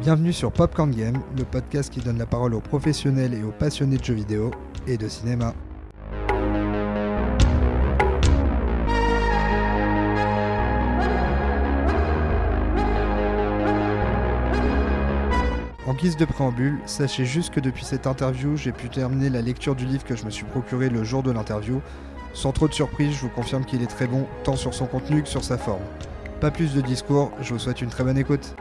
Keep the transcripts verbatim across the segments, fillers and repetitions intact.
Bienvenue sur Popcorn Game, le podcast qui donne la parole aux professionnels et aux passionnés de jeux vidéo et de cinéma. En guise de préambule, sachez juste que depuis cette interview, j'ai pu terminer la lecture du livre que je me suis procuré le jour de l'interview. Sans trop de surprise, je vous confirme qu'il est très bon, tant sur son contenu que sur sa forme. Pas plus de discours, je vous souhaite une très bonne écoute.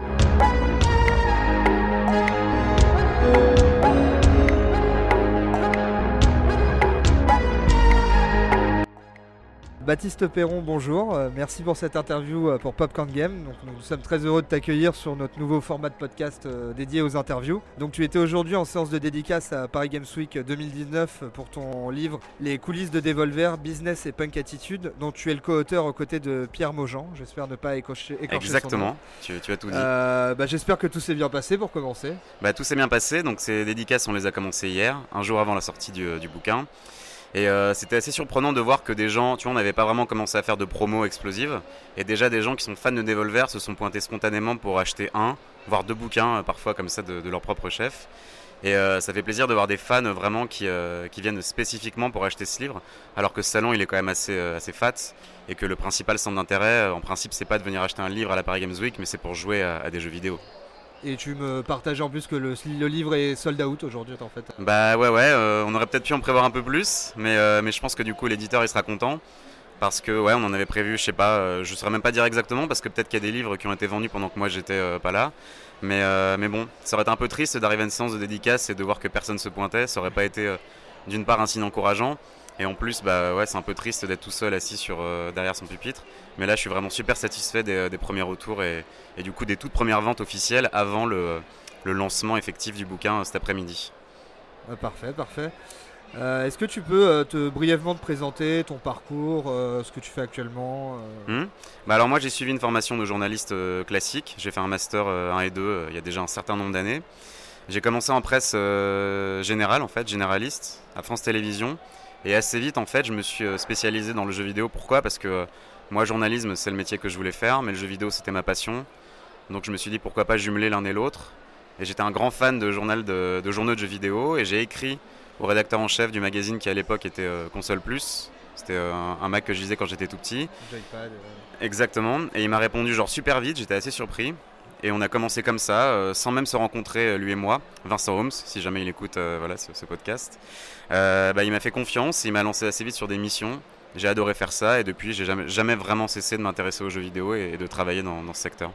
Baptiste Perron, bonjour. Euh, merci pour cette interview euh, pour Popcorn Game. Donc, nous sommes très heureux de t'accueillir sur notre nouveau format de podcast euh, dédié aux interviews. Donc, tu étais aujourd'hui en séance de dédicace à Paris Games Week deux mille dix-neuf pour ton livre Les coulisses de Devolver, Business et Punk Attitude, dont tu es le co-auteur aux côtés de Pierre Maujean. J'espère ne pas écorcher, écorcher Exactement, tu, tu as tout dit. Euh, bah, j'espère que tout s'est bien passé pour commencer. Bah, tout s'est bien passé, donc ces dédicaces, on les a commencées hier, un jour avant la sortie du, du bouquin. Et euh, c'était assez surprenant de voir que des gens, tu vois, on n'avait pas vraiment commencé à faire de promo explosive. Et déjà des gens qui sont fans de Devolver se sont pointés spontanément pour acheter un, voire deux bouquins, euh, parfois comme ça, de, de leur propre chef. Et euh, ça fait plaisir de voir des fans vraiment qui, euh, qui viennent spécifiquement pour acheter ce livre, alors que ce salon il est quand même assez, euh, assez fat, et que le principal centre d'intérêt, en principe, c'est pas de venir acheter un livre à la Paris Games Week, mais c'est pour jouer à, à des jeux vidéo. Et tu me partages en plus que le, le livre est sold out aujourd'hui en fait. Bah ouais ouais, euh, on aurait peut-être pu en prévoir un peu plus, mais, euh, mais je pense que du coup l'éditeur il sera content. Parce que ouais, on en avait prévu, je sais pas, euh, je saurais même pas dire exactement, parce que peut-être qu'il y a des livres qui ont été vendus pendant que moi j'étais euh, pas là. Mais, euh, mais bon, ça aurait été un peu triste d'arriver à une séance de dédicace et de voir que personne se pointait. Ça aurait pas été euh, d'une part un signe encourageant. Et en plus, bah ouais, c'est un peu triste d'être tout seul assis sur, euh, derrière son pupitre. Mais là, je suis vraiment super satisfait des, des premiers retours et, et du coup des toutes premières ventes officielles avant le, le lancement effectif du bouquin euh, cet après-midi. Euh, parfait, parfait. Euh, est-ce que tu peux euh, te brièvement te présenter ton parcours, euh, ce que tu fais actuellement euh... mmh. bah Alors moi, j'ai suivi une formation de journaliste euh, classique. J'ai fait un master euh, un et deux euh, il y a déjà un certain nombre d'années. J'ai commencé en presse euh, générale, en fait, généraliste, à France Télévisions. Et assez vite, en fait, je me suis spécialisé dans le jeu vidéo. Pourquoi ? Parce que moi, journalisme, c'est le métier que je voulais faire, mais le jeu vidéo, c'était ma passion. Donc je me suis dit, pourquoi pas jumeler l'un et l'autre. Et j'étais un grand fan de, journal de, de journaux de jeux vidéo. Et j'ai écrit au rédacteur en chef du magazine qui, à l'époque, était euh, Console Plus. C'était euh, un, un Mac que je lisais quand j'étais tout petit. Joypad, ouais. Exactement. Et il m'a répondu genre super vite, j'étais assez surpris. Et on a commencé comme ça, euh, sans même se rencontrer, lui et moi. Vincent Holmes, si jamais il écoute euh, voilà, ce, ce podcast. Euh, bah, il m'a fait confiance, il m'a lancé assez vite sur des missions. J'ai adoré faire ça et depuis, j'ai jamais, jamais vraiment cessé de m'intéresser aux jeux vidéo et, et de travailler dans, dans ce secteur.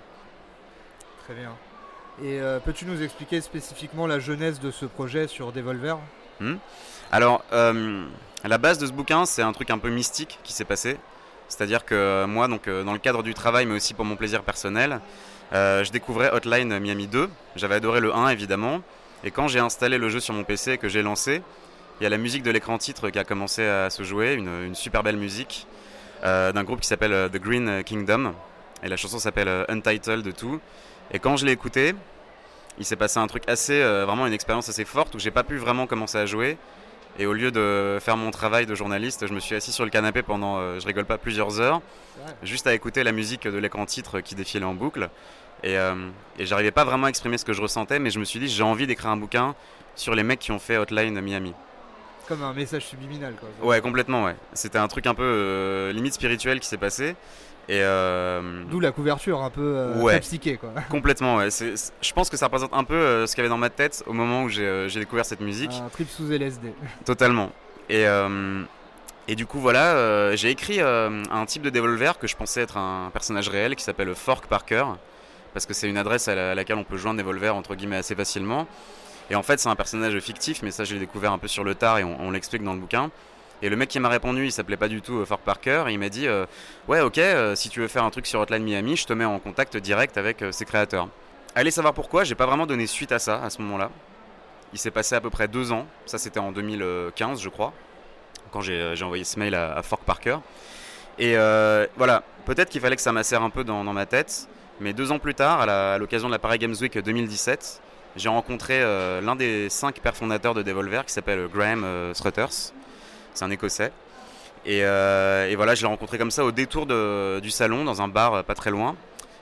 Très bien. Et euh, peux-tu nous expliquer spécifiquement la genèse de ce projet sur Devolver ? hmm Alors, euh, la base de ce bouquin, c'est un truc un peu mystique qui s'est passé. C'est-à-dire que moi, donc, euh, dans le cadre du travail, mais aussi pour mon plaisir personnel, Euh, je découvrais Hotline Miami deux, j'avais adoré le un évidemment, et quand j'ai installé le jeu sur mon P C et que j'ai lancé, il y a la musique de l'écran titre qui a commencé à se jouer, une, une super belle musique euh, d'un groupe qui s'appelle euh, The Green Kingdom, et la chanson s'appelle euh, Untitled deux, et quand je l'ai écouté, il s'est passé un truc assez, euh, vraiment une expérience assez forte où j'ai pas pu vraiment commencer à jouer, et au lieu de faire mon travail de journaliste, je me suis assis sur le canapé pendant, euh, je rigole pas, plusieurs heures, juste à écouter la musique de l'écran titre qui défilait en boucle. Et, euh, et j'arrivais pas vraiment à exprimer ce que je ressentais, mais je me suis dit j'ai envie d'écrire un bouquin sur les mecs qui ont fait Hotline Miami. Comme un message subliminal quoi. Ouais, complètement, ouais. C'était un truc un peu euh, limite spirituel qui s'est passé. Et euh... D'où la couverture un peu euh, ouais, très psyché quoi. Complètement, ouais. C'est, c'est, je pense que ça représente un peu euh, ce qu'il y avait dans ma tête au moment où j'ai, euh, j'ai découvert cette musique. Un trip sous L S D. Totalement. Et, euh, et du coup, voilà, euh, j'ai écrit euh, un type de Devolver que je pensais être un personnage réel qui s'appelle Fork Parker. Parce que c'est une adresse à, la, à laquelle on peut joindre Devolver entre guillemets assez facilement. Et en fait, c'est un personnage fictif, mais ça, je l'ai découvert un peu sur le tard et on, on l'explique dans le bouquin. Et le mec qui m'a répondu, il s'appelait pas du tout euh, Fork Parker, et il m'a dit euh, ouais, ok, euh, si tu veux faire un truc sur Hotline Miami, je te mets en contact direct avec euh, ses créateurs. Allez savoir pourquoi, j'ai pas vraiment donné suite à ça à ce moment-là. Il s'est passé à peu près deux ans, ça c'était en deux mille quinze, je crois, quand j'ai, j'ai envoyé ce mail à, à Fork Parker. Et euh, voilà, peut-être qu'il fallait que ça macère un peu dans, dans ma tête. Mais deux ans plus tard, à, la, à l'occasion de la Paris Games Week deux mille dix-sept, j'ai rencontré euh, l'un des cinq pères fondateurs de Devolver qui s'appelle Graham euh, Struthers. C'est un Écossais. Et, euh, et voilà, je l'ai rencontré comme ça au détour de, du salon, dans un bar pas très loin.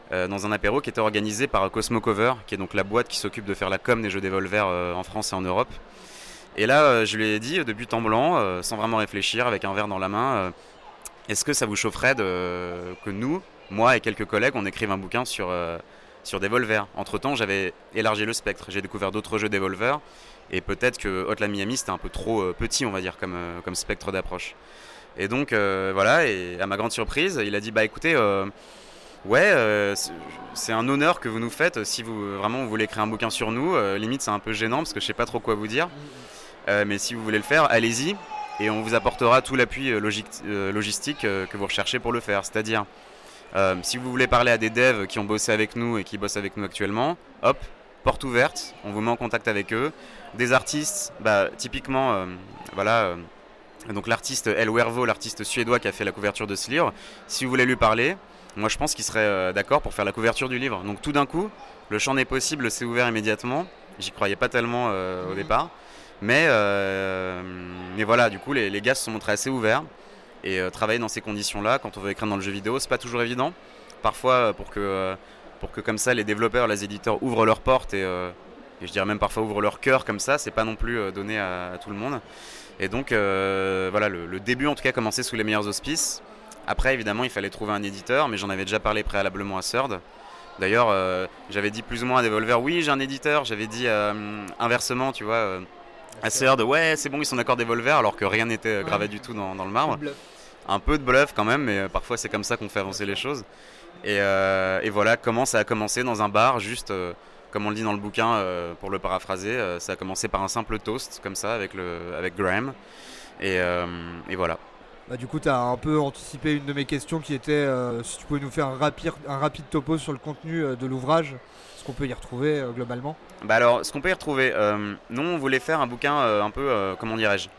euh, dans un apéro qui était organisé par Cosmo Cover, qui est donc la boîte qui s'occupe de faire la com des jeux Devolver euh, en France et en Europe. Et là, euh, je lui ai dit de but en blanc, euh, sans vraiment réfléchir, avec un verre dans la main, euh, est-ce que ça vous chaufferait de, que nous, moi et quelques collègues, on écrive un bouquin sur, euh, sur Devolver. Entre-temps, j'avais élargi le spectre, j'ai découvert d'autres jeux Devolver, et peut-être que Hotline Miami, c'était un peu trop euh, petit, on va dire, comme, euh, comme spectre d'approche. Et donc, euh, voilà, et à ma grande surprise, il a dit, bah écoutez, euh, ouais, euh, c'est un honneur que vous nous faites, si vous, vraiment, vous voulez écrire un bouquin sur nous, euh, limite c'est un peu gênant, parce que je sais pas trop quoi vous dire, euh, mais si vous voulez le faire, allez-y. Et on vous apportera tout l'appui euh, logi- euh, logistique euh, que vous recherchez pour le faire. C'est-à-dire, euh, si vous voulez parler à des devs qui ont bossé avec nous et qui bossent avec nous actuellement, hop, porte ouverte, on vous met en contact avec eux. Des artistes, bah, typiquement, euh, voilà, euh, donc l'artiste El Wervo, l'artiste suédois qui a fait la couverture de ce livre, si vous voulez lui parler, moi je pense qu'il serait euh, d'accord pour faire la couverture du livre. Donc tout d'un coup, le champ des possibles s'est ouvert immédiatement. J'y croyais pas tellement euh, au départ. Mais, euh, mais voilà, du coup, les, les gars se sont montrés assez ouverts. Et euh, travailler dans ces conditions-là, quand on veut écrire dans le jeu vidéo, c'est pas toujours évident. Parfois, pour que, euh, pour que comme ça, les développeurs, les éditeurs ouvrent leurs portes et, euh, et je dirais même parfois ouvrent leur cœur comme ça, c'est pas non plus euh, donné à, à tout le monde. Et donc, euh, voilà, le, le début en tout cas commençait sous les meilleurs auspices. Après, évidemment, il fallait trouver un éditeur, mais j'en avais déjà parlé préalablement à Third. D'ailleurs, euh, j'avais dit plus ou moins à Devolver, oui, j'ai un éditeur. J'avais dit euh, inversement, tu vois. Euh, À Third, ouais, c'est bon, ils sont d'accord Devolver, alors que rien n'était gravé ouais. du tout dans, dans le marbre. Un peu de bluff quand même, mais parfois c'est comme ça qu'on fait avancer les choses. Et, euh, et voilà comment ça a commencé dans un bar, juste euh, comme on le dit dans le bouquin, euh, pour le paraphraser, euh, ça a commencé par un simple toast, comme ça, avec, le, avec Graham. Et, euh, et voilà. Bah, du coup, tu as un peu anticipé une de mes questions qui était euh, si tu pouvais nous faire un rapide, un rapide topo sur le contenu euh, de l'ouvrage, ce qu'on peut y retrouver euh, globalement. Bah alors, ce qu'on peut y retrouver, euh, nous on voulait faire un bouquin euh, un peu, euh, comment dirais-je,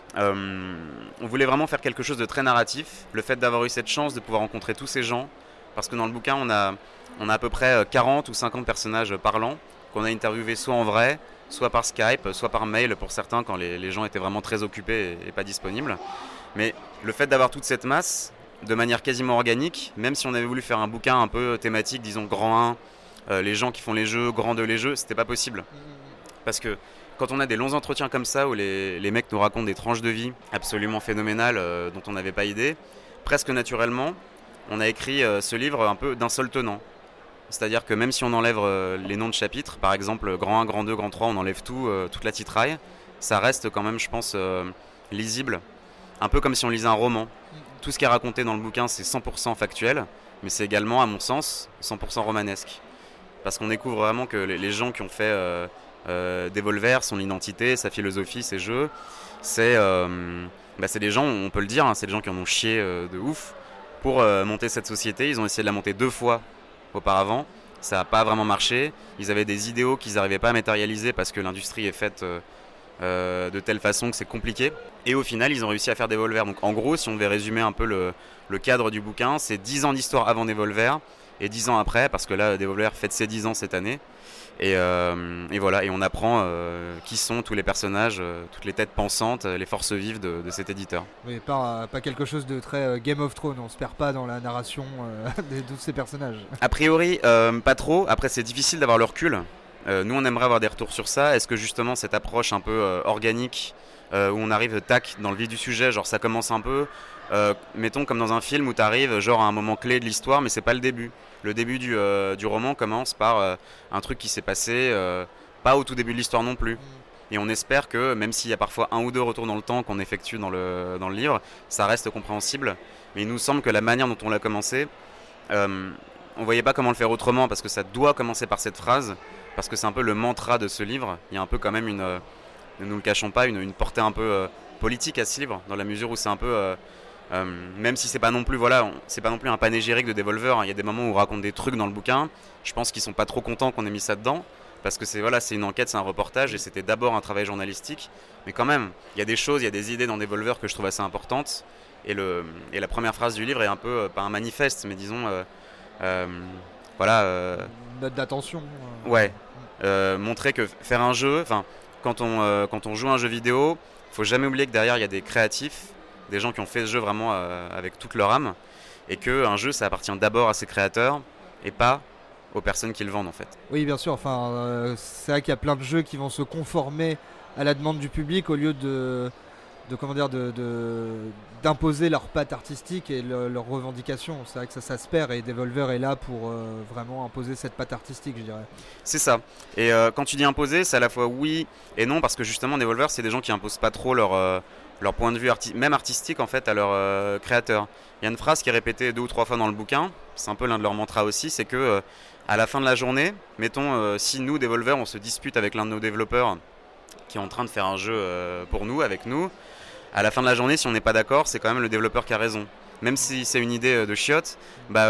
euh, on voulait vraiment faire quelque chose de très narratif. Le fait d'avoir eu cette chance de pouvoir rencontrer tous ces gens, parce que dans le bouquin on a, on a à peu près quarante ou cinquante personnages parlants qu'on a interviewés soit en vrai, soit par Skype, soit par mail pour certains quand les, les gens étaient vraiment très occupés et, et pas disponibles. Mais le fait d'avoir toute cette masse de manière quasiment organique, même si on avait voulu faire un bouquin un peu thématique, disons grand un, euh, les gens qui font les jeux, grand deux les jeux, c'était pas possible. Parce que quand on a des longs entretiens comme ça où les, les mecs nous racontent des tranches de vie absolument phénoménales euh, dont on n'avait pas idée, presque naturellement, on a écrit euh, ce livre un peu d'un seul tenant. C'est-à-dire que même si on enlève euh, les noms de chapitres, par exemple grand un, grand deux, grand trois, on enlève tout, euh, toute la titraille, ça reste quand même, je pense, euh, lisible. Un peu comme si on lisait un roman. Tout ce qui est raconté dans le bouquin, c'est cent pour cent factuel, mais c'est également, à mon sens, cent pour cent romanesque. Parce qu'on découvre vraiment que les, les gens qui ont fait euh, euh, Devolver, son identité, sa philosophie, ses jeux, c'est, euh, bah c'est des gens, on peut le dire, hein, c'est des gens qui en ont chié euh, de ouf pour euh, monter cette société. Ils ont essayé de la monter deux fois auparavant, ça n'a pas vraiment marché. Ils avaient des idéaux qu'ils n'arrivaient pas à matérialiser parce que l'industrie est faite euh, euh, de telle façon que c'est compliqué. Et au final, ils ont réussi à faire Devolver. Donc en gros, si on devait résumer un peu le, le cadre du bouquin, c'est dix ans d'histoire avant Devolver et dix ans après, parce que là, Devolver fête ses dix ans cette année. Et, euh, et voilà, et on apprend euh, qui sont tous les personnages, euh, toutes les têtes pensantes, les forces vives de, de cet éditeur. Oui, pas, pas quelque chose de très euh, Game of Thrones, on se perd pas dans la narration euh, de tous ces personnages. A priori, euh, pas trop. Après, c'est difficile d'avoir le recul. Euh, nous, on aimerait avoir des retours sur ça. Est-ce que justement cette approche un peu euh, organique, euh, où on arrive tac dans le vif du sujet, genre ça commence un peu, euh, mettons comme dans un film où tu arrives genre à un moment clé de l'histoire, mais c'est pas le début. Le début du, euh, du roman commence par euh, un truc qui s'est passé, euh, pas au tout début de l'histoire non plus. Et on espère que, même s'il y a parfois un ou deux retours dans le temps qu'on effectue dans le, dans le livre, ça reste compréhensible. Mais il nous semble que la manière dont on l'a commencé, euh, on voyait pas comment le faire autrement, parce que ça doit commencer par cette phrase, parce que c'est un peu le mantra de ce livre. Il y a un peu quand même une, euh, ne nous le cachons pas, une, une portée un peu euh, politique à ce livre, dans la mesure où c'est un peu... Euh, Euh, même si c'est pas non plus voilà, on, c'est pas non plus un panégyrique de Devolver, hein. Il y a des moments où on raconte des trucs dans le bouquin. Je pense qu'ils sont pas trop contents qu'on ait mis ça dedans, parce que c'est voilà, c'est une enquête, c'est un reportage et c'était d'abord un travail journalistique. Mais quand même, il y a des choses, il y a des idées dans Devolver que je trouve assez importantes. Et, le, et la première phrase du livre est un peu euh, pas un manifeste, mais disons euh, euh, voilà. Euh, une note d'attention. Euh... Ouais. Euh, montrer que faire un jeu, enfin quand on euh, quand on joue à un jeu vidéo, faut jamais oublier que derrière il y a des créatifs, des gens qui ont fait ce jeu vraiment euh, avec toute leur âme, et qu'un jeu ça appartient d'abord à ses créateurs et pas aux personnes qui le vendent en fait. Oui, bien sûr. Enfin, euh, c'est vrai qu'il y a plein de jeux qui vont se conformer à la demande du public au lieu de, de comment dire, de, de- d'imposer leur patte artistique et le- leurs revendications. C'est vrai que ça, ça se perd et Devolver est là pour euh, vraiment imposer cette patte artistique, je dirais. C'est ça. Et euh, quand tu dis imposer, c'est à la fois oui et non, parce que justement Devolver, c'est des gens qui imposent pas trop leur, euh, leur point de vue, arti- même artistique en fait, à leurs euh, créateurs. Il y a une phrase qui est répétée deux ou trois fois dans le bouquin, c'est un peu l'un de leurs mantras aussi, c'est que euh, à la fin de la journée, mettons, euh, si nous, Devolver, on se dispute avec l'un de nos développeurs qui est en train de faire un jeu euh, pour nous, avec nous, à la fin de la journée, si on n'est pas d'accord, c'est quand même le développeur qui a raison. Même si c'est une idée euh, de chiotte, bah,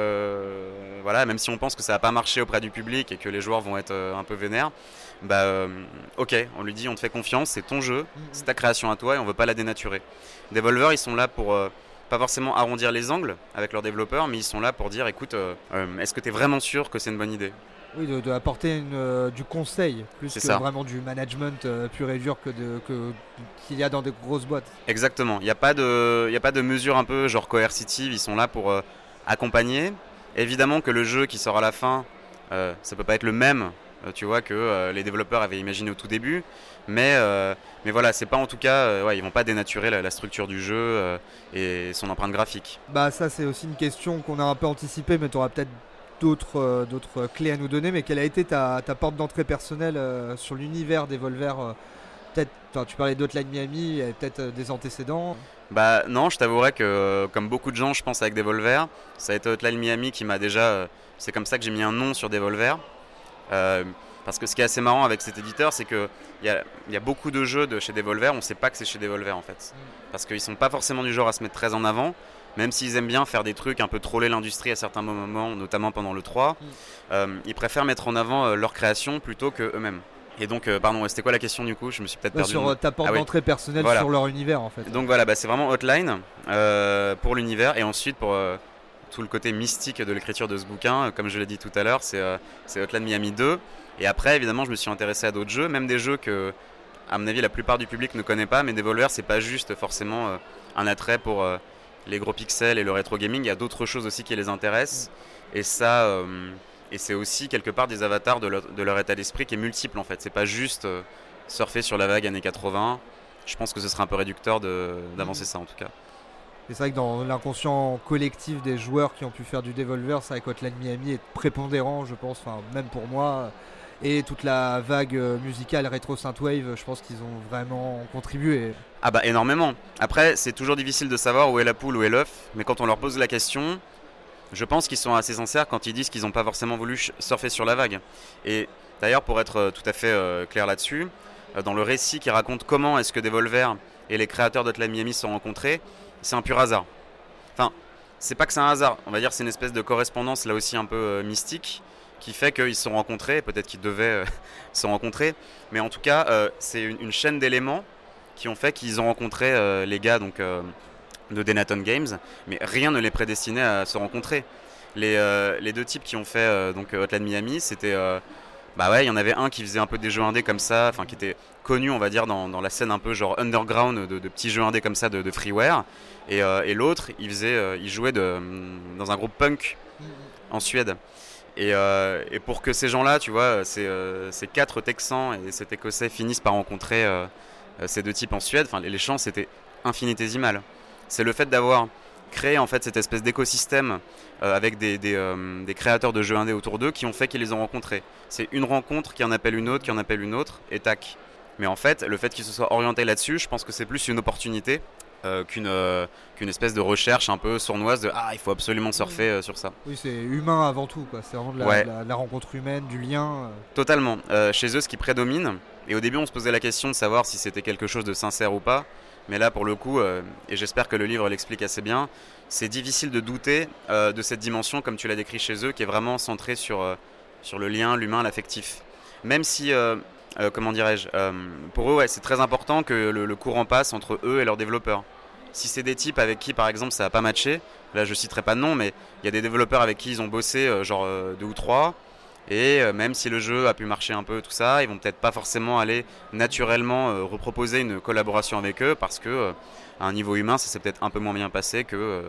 euh, voilà, même si on pense que ça va pas marcher auprès du public et que les joueurs vont être euh, un peu vénères, bah, euh, ok, on lui dit on te fait confiance, c'est ton jeu, c'est ta création à toi et on veut pas la dénaturer. Devolver, ils sont là pour euh, pas forcément arrondir les angles avec leurs développeurs, mais ils sont là pour dire écoute, euh, euh, est-ce que tu es vraiment sûr que c'est une bonne idée? Oui, de, de apporter une, euh, du conseil plus C'est que ça. vraiment du management euh, pur et dur que de, que, qu'il y a dans des grosses boîtes. Exactement, il n'y a pas de, il y a pas de mesure un peu genre coercitive, ils sont là pour euh, accompagner. Évidemment que le jeu qui sort à la fin, euh, ça peut pas être le même, euh, tu vois, que euh, les développeurs avaient imaginé au tout début, mais, euh, mais voilà, c'est pas en tout cas, euh, ouais, ils vont pas dénaturer la, la structure du jeu euh, et son empreinte graphique. Bah ça c'est aussi une question qu'on a un peu anticipée, mais tu auras peut-être d'autres, euh, d'autres clés à nous donner. Mais quelle a été ta, ta porte d'entrée personnelle euh, sur l'univers d'Evolver euh, peut-être, enfin, tu parlais d'Hotline Miami, il y avait peut-être euh, des antécédents. Bah non, je t'avouerais que euh, comme beaucoup de gens, je pense avec Devolver, ça a été Hotline Miami qui m'a déjà, euh, c'est comme ça que j'ai mis un nom sur Devolver. Euh, parce que ce qui est assez marrant avec cet éditeur, c'est qu'il y a, y a beaucoup de jeux de chez Devolver, on ne sait pas que c'est chez Devolver en fait. Parce qu'ils ne sont pas forcément du genre à se mettre très en avant, même s'ils aiment bien faire des trucs un peu troller l'industrie à certains moments, notamment pendant le trois. Mm. Euh, ils préfèrent mettre en avant euh, leur création plutôt qu'eux-mêmes. Et donc, euh, pardon, c'était quoi la question du coup? Je me suis peut-être Ouais, perdu. sur euh, ta porte Ah oui. d'entrée personnelle Voilà. sur leur univers en fait. Donc voilà, bah, c'est vraiment Hotline euh, pour l'univers et ensuite pour euh, tout le côté mystique de l'écriture de ce bouquin, euh, comme je l'ai dit tout à l'heure, c'est euh, c'est Hotline Miami deux. Et après, évidemment, je me suis intéressé à d'autres jeux, même des jeux que, à mon avis, la plupart du public ne connaît pas, mais Devolver, c'est pas juste forcément euh, un attrait pour euh, les gros pixels et le rétro gaming, il y a d'autres choses aussi qui les intéressent. Et ça, euh, et c'est aussi quelque part des avatars de leur, de leur état d'esprit qui est multiple en fait. C'est pas juste euh, surfer sur la vague années quatre-vingts. Je pense que ce serait un peu réducteur de, d'avancer ça en tout cas. Et c'est vrai que dans l'inconscient collectif des joueurs qui ont pu faire du Devolver, c'est vrai qu'Hotline Miami est prépondérant, je pense, enfin même pour moi. Et toute la vague euh, musicale rétro synthwave, je pense qu'ils ont vraiment contribué. Ah bah énormément. Après, c'est toujours difficile de savoir où est la poule, où est l'œuf, mais quand on leur pose la question, je pense qu'ils sont assez sincères quand ils disent qu'ils n'ont pas forcément voulu ch- surfer sur la vague. Et d'ailleurs, pour être euh, tout à fait euh, clair là-dessus, euh, dans le récit qui raconte comment est-ce que Devolver et les créateurs d'Hotline Miami se sont rencontrés, c'est un pur hasard. Enfin, c'est pas que c'est un hasard, on va dire que c'est une espèce de correspondance là aussi un peu euh, mystique qui fait qu'ils se sont rencontrés, peut-être qu'ils devaient euh, se rencontrer, mais en tout cas, euh, c'est une, une chaîne d'éléments qui ont fait qu'ils ont rencontré euh, les gars donc, euh, de Denaton Games, mais rien ne les prédestinait à se rencontrer. Les, euh, les deux types qui ont fait euh, donc, Hotline Miami, c'était... Euh, bah ouais, il y en avait un qui faisait un peu des jeux indés comme ça, enfin qui était connu, on va dire, dans, dans la scène un peu genre underground de, de petits jeux indés comme ça de, de freeware, et, euh, et l'autre, il faisait, euh, il jouait de, dans un groupe punk en Suède. Et, euh, et pour que ces gens-là, tu vois, ces, euh, ces quatre Texans et cet Écossais finissent par rencontrer euh, ces deux types en Suède, enfin les chances étaient infinitésimales. C'est le fait d'avoir créé en fait cette espèce d'écosystème euh, avec des, des, euh, des créateurs de jeux indés autour d'eux qui ont fait qu'ils les ont rencontrés. C'est une rencontre qui en appelle une autre, qui en appelle une autre, et tac. Mais en fait, le fait qu'ils se soient orientés là-dessus, je pense que c'est plus une opportunité euh, qu'une, euh, qu'une espèce de recherche un peu sournoise de ah il faut absolument surfer euh, sur ça. Oui, c'est humain avant tout, quoi. C'est vraiment de la, Ouais. de la, de la rencontre humaine, du lien. euh. Totalement. Euh, chez eux, ce qui prédomine, et au début on se posait la question de savoir si c'était quelque chose de sincère ou pas, mais là pour le coup, euh, et j'espère que le livre l'explique assez bien, c'est difficile de douter euh, de cette dimension, comme tu l'as décrit chez eux, qui est vraiment centrée sur, euh, sur le lien, l'humain, l'affectif. Même si, euh, euh, comment dirais-je, euh, pour eux, ouais, c'est très important que le, le courant passe entre eux et leurs développeurs. Si c'est des types avec qui, par exemple, ça n'a pas matché, là je citerai pas de nom, mais il y a des développeurs avec qui ils ont bossé, euh, genre euh, deux ou trois, et euh, même si le jeu a pu marcher un peu, tout ça, ils vont peut-être pas forcément aller naturellement euh, reproposer une collaboration avec eux, parce que euh, à un niveau humain, ça s'est peut-être un peu moins bien passé que, euh,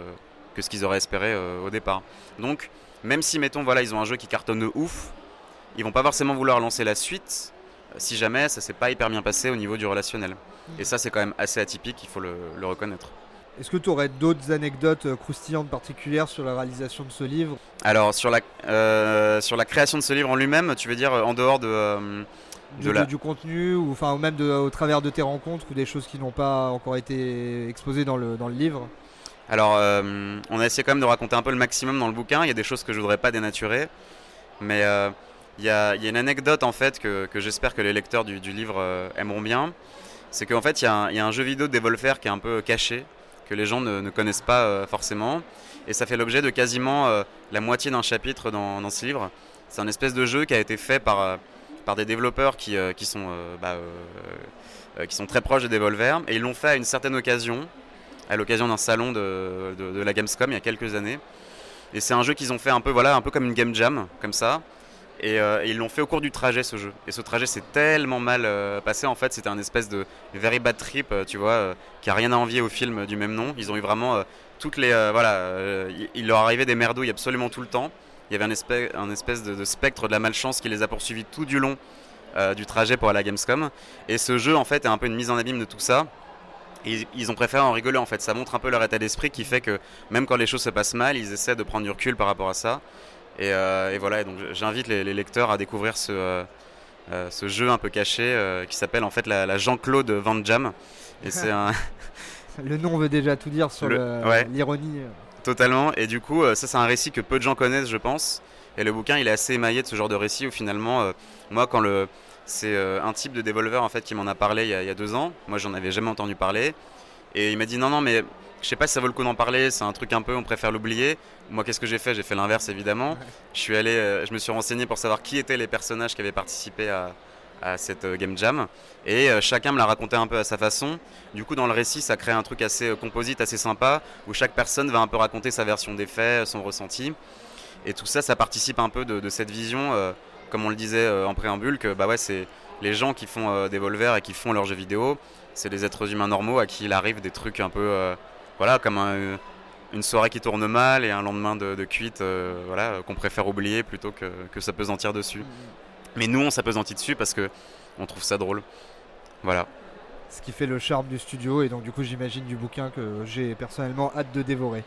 que ce qu'ils auraient espéré euh, au départ. Donc, même si, mettons, voilà, ils ont un jeu qui cartonne de ouf, ils vont pas forcément vouloir lancer la suite si jamais ça s'est pas hyper bien passé au niveau du relationnel. Et ça, c'est quand même assez atypique, il faut le, le reconnaître. Est-ce que tu aurais d'autres anecdotes croustillantes particulières sur la réalisation de ce livre ? Alors, sur la, euh, sur la création de ce livre en lui-même, tu veux dire en dehors de... Euh, de de la... du contenu, ou, enfin, ou même de, au travers de tes rencontres, ou des choses qui n'ont pas encore été exposées dans le, dans le livre ? Alors, euh, on a essayé quand même de raconter un peu le maximum dans le bouquin. Il y a des choses que je voudrais pas dénaturer. Mais euh, il, y a, il y a une anecdote, en fait, que, que j'espère que les lecteurs du, du livre euh, aimeront bien. C'est qu'en fait, il y, a un, il y a un jeu vidéo de Devolver qui est un peu caché, que les gens ne, ne connaissent pas euh, forcément. Et ça fait l'objet de quasiment euh, la moitié d'un chapitre dans, dans ce livre. C'est un espèce de jeu qui a été fait par, euh, par des développeurs qui, euh, qui, sont, euh, bah, euh, euh, qui sont très proches de Devolver. Et ils l'ont fait à une certaine occasion, à l'occasion d'un salon de, de, de la Gamescom il y a quelques années. Et c'est un jeu qu'ils ont fait un peu, voilà, un peu comme une game jam, comme ça. Et, euh, et ils l'ont fait au cours du trajet, ce jeu. Et ce trajet s'est tellement mal euh, passé. En fait, c'était un espèce de very bad trip, euh, tu vois, euh, qui a rien à envier au film du même nom. Ils ont eu vraiment euh, toutes les... Euh, voilà, euh, il leur arrivait des merdouilles absolument tout le temps. Il y avait un espèce, un espèce de, de spectre de la malchance qui les a poursuivis tout du long euh, du trajet pour aller à la Gamescom. Et ce jeu, en fait, est un peu une mise en abîme de tout ça. Et ils ont préféré en rigoler, en fait. Ça montre un peu leur état d'esprit qui fait que même quand les choses se passent mal, ils essaient de prendre du recul par rapport à ça. Et, euh, et voilà, et donc j'invite les, les lecteurs à découvrir ce, euh, euh, ce jeu un peu caché euh, qui s'appelle en fait la, la Jean-Claude Van Jam. Et c'est un... Le nom veut déjà tout dire sur le, le, ouais, l'ironie. Totalement, et du coup, ça c'est un récit que peu de gens connaissent, je pense. Et le bouquin, il est assez émaillé de ce genre de récit où finalement, euh, moi, quand le... c'est euh, un type de Devolver en fait qui m'en a parlé il y a, il y a deux ans. Moi, j'en avais jamais entendu parler. Et il m'a dit non, non, mais je sais pas si ça vaut le coup d'en parler, c'est un truc un peu, on préfère l'oublier. Moi, qu'est-ce que j'ai fait ? J'ai fait l'inverse, évidemment. Ouais. Je suis allé, euh, je me suis renseigné pour savoir qui étaient les personnages qui avaient participé à, à cette euh, game jam. Et euh, chacun me l'a raconté un peu à sa façon. Du coup, dans le récit, ça crée un truc assez euh, composite, assez sympa, où chaque personne va un peu raconter sa version des faits, son ressenti. Et tout ça, ça participe un peu de, de cette vision, euh, comme on le disait euh, en préambule, que bah ouais, c'est les gens qui font euh, Devolver et qui font leurs jeux vidéo, c'est des êtres humains normaux à qui il arrive des trucs un peu... Euh, Voilà, comme un, une soirée qui tourne mal et un lendemain de, de cuite euh, voilà, qu'on préfère oublier plutôt que, que s'apesantir dessus. Mais nous, on s'apesantit dessus parce qu'on trouve ça drôle. Voilà. Ce qui fait le charme du studio et donc du coup j'imagine du bouquin que j'ai personnellement hâte de dévorer.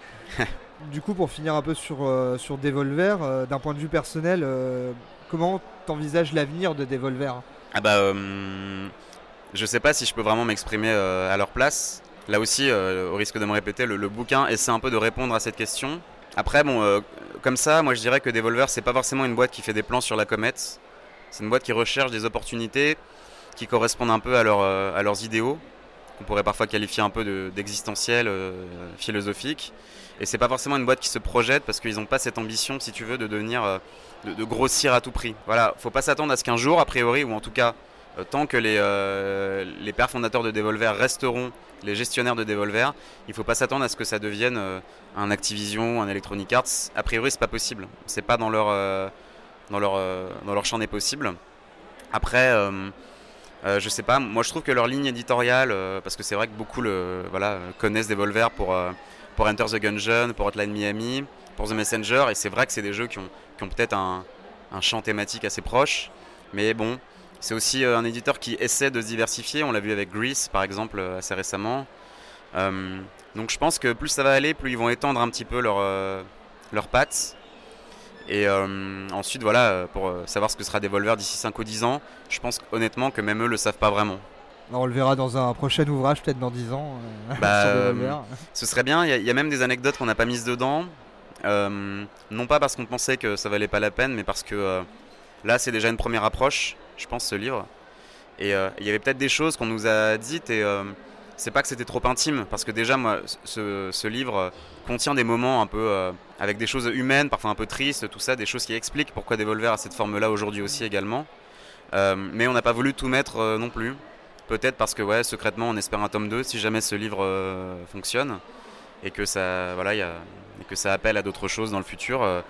Du coup, pour finir un peu sur, euh, sur Devolver, euh, d'un point de vue personnel, euh, comment t'envisages l'avenir de Devolver ? Ah bah, euh, je sais pas si je peux vraiment m'exprimer euh, à leur place. Là aussi, euh, au risque de me répéter, le, le bouquin essaie un peu de répondre à cette question. Après, bon, euh, comme ça, moi je dirais que Devolver, c'est pas forcément une boîte qui fait des plans sur la comète. C'est une boîte qui recherche des opportunités qui correspondent un peu à, leur, euh, à leurs idéaux, qu'on pourrait parfois qualifier un peu de, d'existentiel, euh, philosophique. Et c'est pas forcément une boîte qui se projette parce qu'ils n'ont pas cette ambition, si tu veux, de devenir, euh, de, de grossir à tout prix. Voilà, faut pas s'attendre à ce qu'un jour, a priori, ou en tout cas, euh, tant que les, euh, les pères fondateurs de Devolver resteront les gestionnaires de Devolver, il ne faut pas s'attendre à ce que ça devienne euh, un Activision, un Electronic Arts. A priori, c'est pas possible. C'est pas dans leur, euh, dans leur, euh, dans leur champ des possibles. Après, euh, euh, je sais pas. Moi, je trouve que leur ligne éditoriale, euh, parce que c'est vrai que beaucoup le, voilà, connaissent Devolver pour, euh, pour Enter the Gungeon, pour Hotline Miami, pour The Messenger, et c'est vrai que c'est des jeux qui ont, qui ont peut-être un, un champ thématique assez proche. Mais bon. C'est aussi un éditeur qui essaie de se diversifier. On l'a vu avec Grease, par exemple, assez récemment. Euh, donc je pense que plus ça va aller, plus ils vont étendre un petit peu leurs euh, leur pattes. Et euh, ensuite, voilà, pour savoir ce que sera Devolver d'ici cinq ou dix ans, je pense honnêtement que même eux ne le savent pas vraiment. Alors on le verra dans un prochain ouvrage, peut-être dans dix ans, euh, bah, sur Devolver. Ce serait bien. Il y, y a même des anecdotes qu'on n'a pas mises dedans. Euh, non pas parce qu'on pensait que ça valait pas la peine, mais parce que euh, là, c'est déjà une première approche. Je pense, ce livre. Et il euh, y avait peut-être des choses qu'on nous a dites et euh, c'est pas que c'était trop intime parce que déjà moi ce, ce livre contient des moments un peu euh, avec des choses humaines, parfois un peu tristes, tout ça, des choses qui expliquent pourquoi Devolver a cette forme-là aujourd'hui aussi également. Euh, mais on n'a pas voulu tout mettre euh, non plus. Peut-être parce que ouais, secrètement on espère un tome deux si jamais ce livre euh, fonctionne et que ça voilà, y a, et que ça appelle à d'autres choses dans le futur. Euh,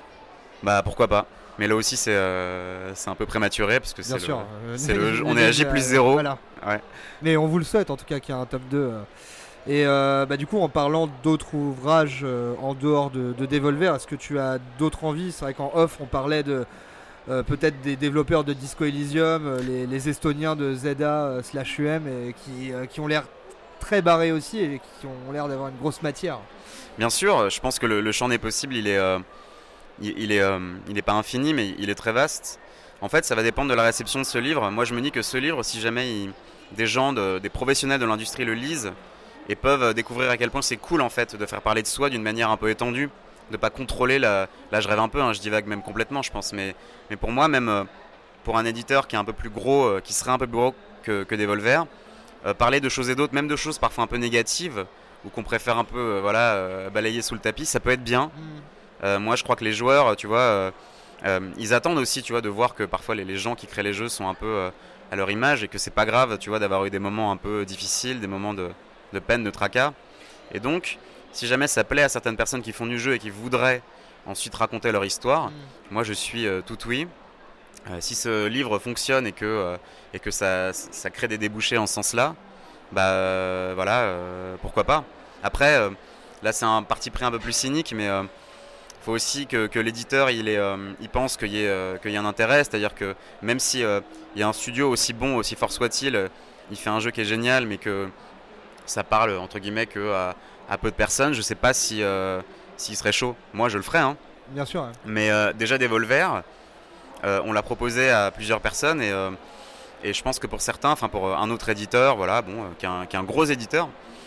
bah pourquoi pas. Mais là aussi, c'est, euh, c'est un peu prématuré parce que c'est, sûr, le, euh, c'est le, on est à J plus zéro. Voilà. Ouais. Mais on vous le souhaite en tout cas qu'il y ait un tome deux. Euh, Et euh, bah, du coup, en parlant d'autres ouvrages euh, en dehors de, de Devolver, est-ce que tu as d'autres envies? C'est vrai qu'en off, on parlait de euh, peut-être des développeurs de Disco Elysium, euh, les, les Estoniens de Z A euh, slash U M, et qui, euh, qui ont l'air très barrés aussi et qui ont l'air d'avoir une grosse matière. Bien sûr, je pense que le, le champ des possibles, il est, euh, il, il est, euh, il est pas infini, mais il est très vaste. En fait, ça va dépendre de la réception de ce livre. Moi, je me dis que ce livre, si jamais il, des gens, de, des professionnels de l'industrie le lisent et peuvent découvrir à quel point c'est cool en fait de faire parler de soi d'une manière un peu étendue, de pas contrôler la. Là, je rêve un peu, hein, je divague même complètement, je pense. Mais, mais pour moi, même euh, pour un éditeur qui est un peu plus gros, euh, qui serait un peu plus gros que, que Devolver, euh, parler de choses et d'autres, même de choses parfois un peu négatives, ou qu'on préfère un peu euh, voilà, euh, balayer sous le tapis, ça peut être bien. Mmh. Euh, moi, je crois que les joueurs, tu vois, euh, euh, ils attendent aussi, tu vois, de voir que parfois les, les gens qui créent les jeux sont un peu euh, à leur image et que c'est pas grave, tu vois, d'avoir eu des moments un peu difficiles, des moments de, de peine, de tracas. Et donc, si jamais ça plaît à certaines personnes qui font du jeu et qui voudraient ensuite raconter leur histoire, mmh. moi, je suis euh, tout oui. Euh, si ce livre fonctionne et que, euh, et que ça, ça crée des débouchés en ce sens-là, bah euh, voilà, euh, pourquoi pas. Après, euh, là c'est un parti pris un peu plus cynique, mais il euh, faut aussi que, que l'éditeur il, est, euh, il pense qu'il y, euh, qu'il y a un intérêt, c'est-à-dire que même si il euh, y a un studio aussi bon, aussi fort soit-il, euh, il fait un jeu qui est génial, mais que ça parle entre guillemets que à, à peu de personnes, je sais pas si euh, s'il serait chaud. Moi je le ferais, hein. Bien sûr. Hein. Mais euh, déjà Devolver, euh, on l'a proposé à plusieurs personnes et euh, Et je pense que pour certains, enfin pour un autre éditeur, voilà, bon, euh, qui, est un, qui est un gros éditeur,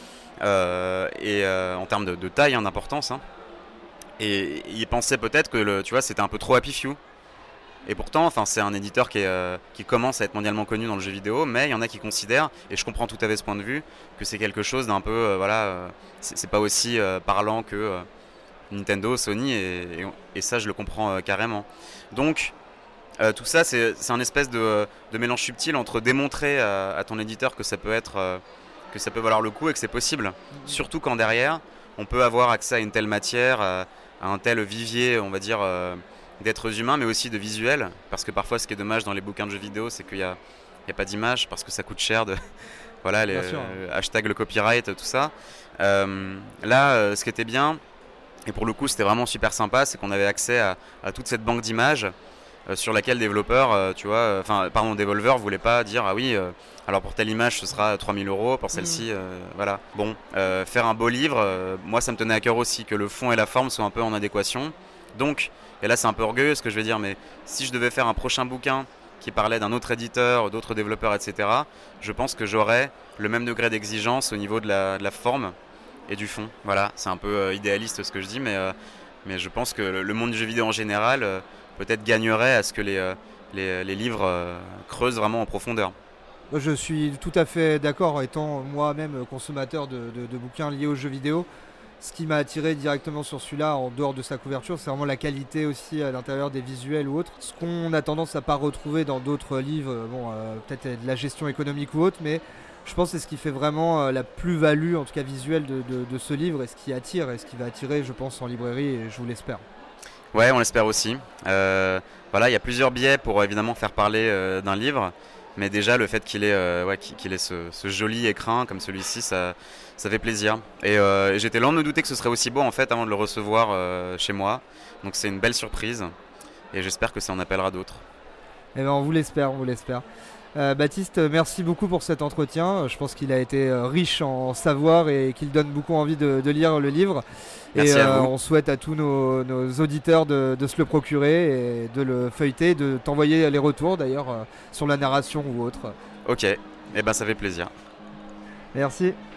euh, et euh, en termes de, de taille, hein, d'importance, hein, et il pensait peut-être que le, tu vois, c'était un peu trop Happy Few. Et pourtant, enfin, c'est un éditeur qui, est, euh, qui commence à être mondialement connu dans le jeu vidéo, mais il y en a qui considèrent, et je comprends tout à fait ce point de vue, que c'est quelque chose d'un peu, euh, voilà, euh, c'est, c'est pas aussi euh, parlant que euh, Nintendo, Sony, et, et, et ça, je le comprends euh, carrément. Donc, Euh, tout ça, c'est, c'est un espèce de, de mélange subtil entre démontrer à, à ton éditeur que ça peut être, euh, que ça peut valoir le coup et que c'est possible. Mmh. Surtout quand derrière, on peut avoir accès à une telle matière, à, à un tel vivier, on va dire, euh, d'êtres humains, mais aussi de visuels. Parce que parfois, ce qui est dommage dans les bouquins de jeux vidéo, c'est qu'il n'y a, il y a pas d'image, parce que ça coûte cher de... voilà, les euh, hashtag le copyright, tout ça. Euh, là, euh, ce qui était bien, et pour le coup, c'était vraiment super sympa, c'est qu'on avait accès à, à toute cette banque d'images. Euh, sur laquelle développeur, euh, tu vois, enfin, euh, pardon, Devolver voulait pas dire ah oui, euh, alors pour telle image ce sera trois mille euros, pour celle-ci, euh, voilà. Bon, euh, faire un beau livre, euh, moi ça me tenait à cœur aussi que le fond et la forme soient un peu en adéquation. Donc, et là c'est un peu orgueilleux ce que je vais dire, mais si je devais faire un prochain bouquin qui parlait d'un autre éditeur, d'autres développeurs, et cetera, je pense que j'aurais le même degré d'exigence au niveau de la, de la forme et du fond. Voilà, c'est un peu euh, idéaliste ce que je dis, mais, euh, mais je pense que le, le monde du jeu vidéo en général euh, peut-être gagnerait à ce que les, euh, les, les livres euh, creusent vraiment en profondeur. Je suis tout à fait d'accord, étant moi-même consommateur de, de, de bouquins liés aux jeux vidéo. Ce qui m'a attiré directement sur celui-là, en dehors de sa couverture, c'est vraiment la qualité aussi à l'intérieur des visuels ou autres. Ce qu'on a tendance à pas retrouver dans d'autres livres, bon, euh, peut-être de la gestion économique ou autre, mais je pense que c'est ce qui fait vraiment euh, la plus-value, en tout cas visuelle, de, de, de ce livre, et ce qui attire, et ce qui va attirer, je pense, en librairie, et je vous l'espère. Ouais, on l'espère aussi. Euh, voilà, il y a plusieurs biais pour évidemment faire parler euh, d'un livre, mais déjà le fait qu'il ait, euh, ouais, qu'il ait ce, ce joli écrin comme celui-ci, ça, ça fait plaisir. Et euh, j'étais loin de me douter que ce serait aussi beau en fait avant de le recevoir euh, chez moi. Donc c'est une belle surprise et j'espère que ça en appellera d'autres. Eh ben, on vous l'espère, on vous l'espère. Euh, Baptiste, merci beaucoup pour cet entretien. Je pense qu'il a été riche en savoir et qu'il donne beaucoup envie de, de lire le livre. Merci et à euh, vous. On souhaite à tous nos, nos auditeurs de, de se le procurer et de le feuilleter, de t'envoyer les retours d'ailleurs sur la narration ou autre. Ok, eh ben, ça fait plaisir. Merci.